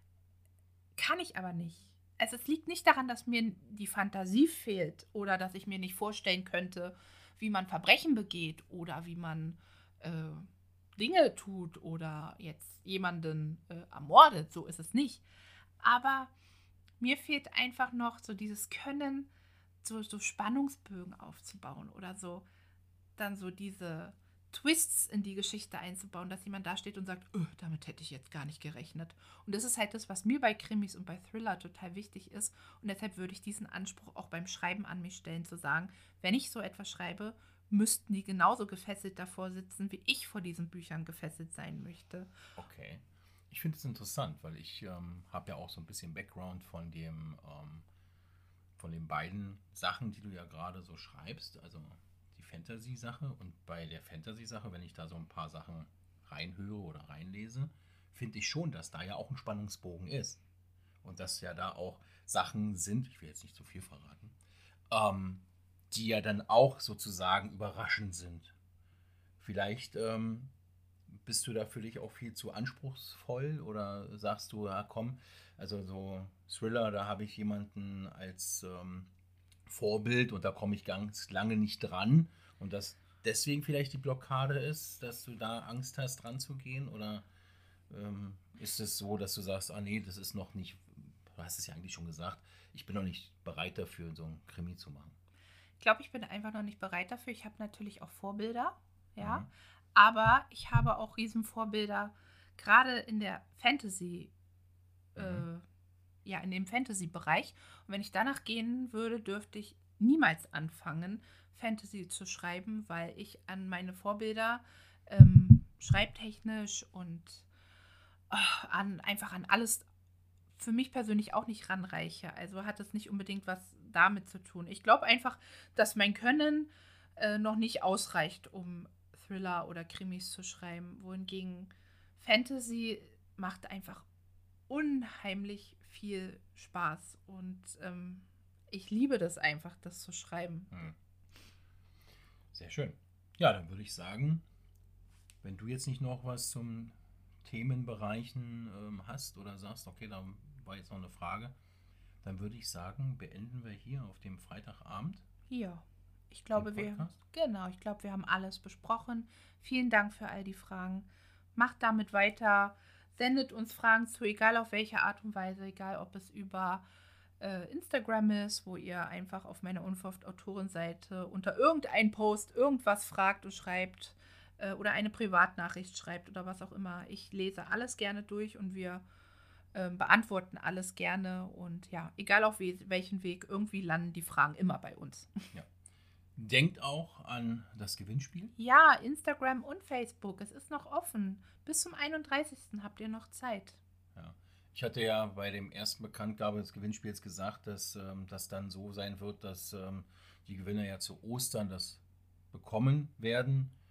kann ich aber nicht. Also es liegt nicht daran, dass mir die Fantasie fehlt oder dass ich mir nicht vorstellen könnte, wie man Verbrechen begeht oder wie man äh, Dinge tut oder jetzt jemanden äh, ermordet. So ist es nicht. Aber mir fehlt einfach noch so dieses Können, so, so Spannungsbögen aufzubauen oder so dann so diese Twists in die Geschichte einzubauen, dass jemand da steht und sagt, öh, damit hätte ich jetzt gar nicht gerechnet. Und das ist halt das, was mir bei Krimis und bei Thriller total wichtig ist. Und deshalb würde ich diesen Anspruch auch beim Schreiben an mich stellen, zu sagen, wenn ich so etwas schreibe, müssten die genauso gefesselt davor sitzen, wie ich vor diesen Büchern gefesselt sein möchte. Okay. Ich finde es interessant, weil ich ähm, habe ja auch so ein bisschen Background von dem ähm, von den beiden Sachen, die du ja gerade so schreibst, also die Fantasy-Sache und bei der Fantasy-Sache, wenn ich da so ein paar Sachen reinhöre oder reinlese, finde ich schon, dass da ja auch ein Spannungsbogen ist und dass ja da auch Sachen sind, ich will jetzt nicht zu viel verraten, ähm, die ja dann auch sozusagen überraschend sind. Vielleicht ähm, bist du da für dich auch viel zu anspruchsvoll oder sagst du, ja komm, also so Thriller, da habe ich jemanden als ähm, Vorbild und da komme ich ganz lange nicht dran und dass deswegen vielleicht die Blockade ist, dass du da Angst hast, dran zu gehen oder ähm, ist es so, dass du sagst, ah nee, das ist noch nicht, du hast es ja eigentlich schon gesagt, ich bin noch nicht bereit dafür, so ein Krimi zu machen. Ich glaube, ich bin einfach noch nicht bereit dafür. Ich habe natürlich auch Vorbilder, ja, Mhm. aber ich habe auch Riesenvorbilder, gerade in der Fantasy, Mhm. äh, ja, in dem Fantasy-Bereich. Und wenn ich danach gehen würde, dürfte ich niemals anfangen, Fantasy zu schreiben, weil ich an meine Vorbilder ähm, schreibtechnisch und äh, an, einfach an alles für mich persönlich auch nicht ranreiche. Also hat es nicht unbedingt was damit zu tun. Ich glaube einfach, dass mein Können äh, noch nicht ausreicht, um Thriller oder Krimis zu schreiben. Wohingegen Fantasy macht einfach unheimlich viel Spaß. Und ähm, ich liebe das einfach, das zu schreiben. Mhm. Sehr schön. Ja, dann würde ich sagen, wenn du jetzt nicht noch was zum Themenbereichen ähm, hast oder sagst, okay, da war jetzt noch eine Frage, dann würde ich sagen, beenden wir hier auf dem Freitagabend Ja, ich den glaube, wir, Podcast. genau, ich glaube, wir haben alles besprochen. Vielen Dank für all die Fragen. Macht damit weiter. Sendet uns Fragen zu, egal auf welche Art und Weise, egal ob es über äh, Instagram ist, wo ihr einfach auf meiner Unverhofft Autorenseite unter irgendein Post irgendwas fragt und schreibt äh, oder eine Privatnachricht schreibt oder was auch immer. Ich lese alles gerne durch und wir äh, beantworten alles gerne. Und ja, egal auf we welchen Weg, irgendwie landen die Fragen immer bei uns. Ja. Denkt auch an das Gewinnspiel. Ja, Instagram und Facebook, es ist noch offen. Bis zum einunddreißigsten habt ihr noch Zeit. Ja. Ich hatte ja bei dem ersten Bekanntgabe des Gewinnspiels gesagt, dass ähm, das dann so sein wird, dass ähm, die Gewinner ja zu Ostern das bekommen werden.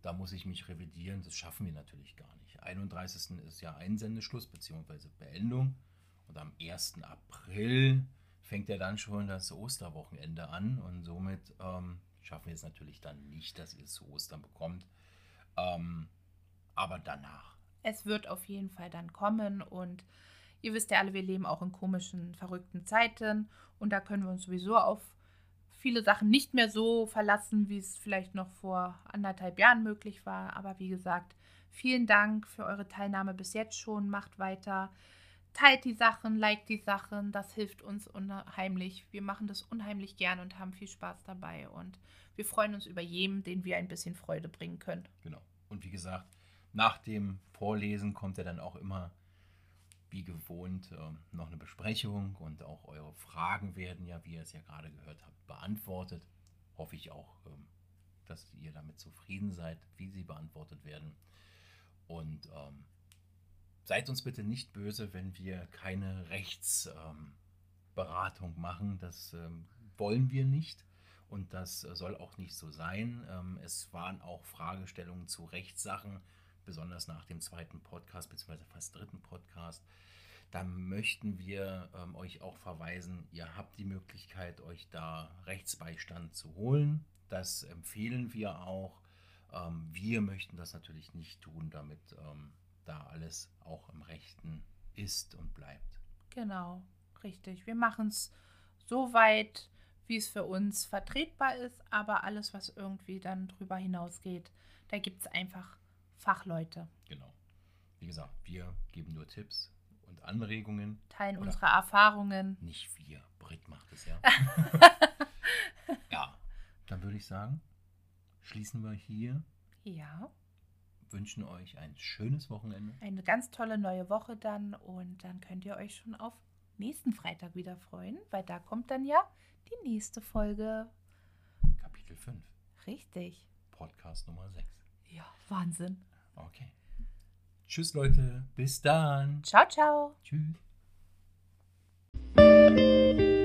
da muss ich mich revidieren, das schaffen wir natürlich gar nicht. einunddreißigsten ist ja Einsendeschluss bzw. Beendung und am ersten April fängt ja dann schon das Osterwochenende an und somit ähm, schaffen wir es natürlich dann nicht, dass ihr es zu Ostern bekommt, ähm, aber danach. Es wird auf jeden Fall dann kommen und ihr wisst ja alle, wir leben auch in komischen, verrückten Zeiten und da können wir uns sowieso auf viele Sachen nicht mehr so verlassen, wie es vielleicht noch vor anderthalb Jahren möglich war. Aber wie gesagt, vielen Dank für eure Teilnahme bis jetzt schon. Macht weiter, teilt die Sachen, liked die Sachen. Das hilft uns unheimlich. Wir machen das unheimlich gern und haben viel Spaß dabei. Und wir freuen uns über jeden, den wir ein bisschen Freude bringen können. Genau. Und wie gesagt, nach dem Vorlesen kommt ja dann auch immer wie gewohnt äh, noch eine Besprechung und auch eure Fragen werden ja, wie ihr es ja gerade gehört habt, beantwortet. Hoffe ich auch, ähm, dass ihr damit zufrieden seid, wie sie beantwortet werden. Und ähm, seid uns bitte nicht böse, wenn wir keine Rechtsberatung ähm, machen. Das ähm, wollen wir nicht und das äh, soll auch nicht so sein. Ähm, es waren auch Fragestellungen zu Rechtssachen, besonders nach dem zweiten Podcast, beziehungsweise fast dritten Podcast. Da möchten wir ähm, euch auch verweisen, ihr habt die Möglichkeit, euch da Rechtsbeistand zu holen. Das empfehlen wir auch. Ähm, wir möchten das natürlich nicht tun, damit ähm, da alles auch im Rechten ist und bleibt. Genau, richtig. Wir machen es so weit, wie es für uns vertretbar ist, aber alles, was irgendwie dann drüber hinausgeht, da gibt es einfach Fachleute. Genau. Wie gesagt, wir geben nur Tipps und Anregungen. Teilen Oder unsere Erfahrungen. Nicht wir, Britt macht es ja. Ja, dann würde ich sagen, schließen wir hier. Ja. Wünschen euch ein schönes Wochenende. Eine ganz tolle neue Woche dann und dann könnt ihr euch schon auf nächsten Freitag wieder freuen, weil da kommt dann ja die nächste Folge. Kapitel fünf. Richtig. Podcast Nummer sechs. Ja, Wahnsinn. Okay. Tschüss Leute, bis dann. Ciao, ciao. Tschüss.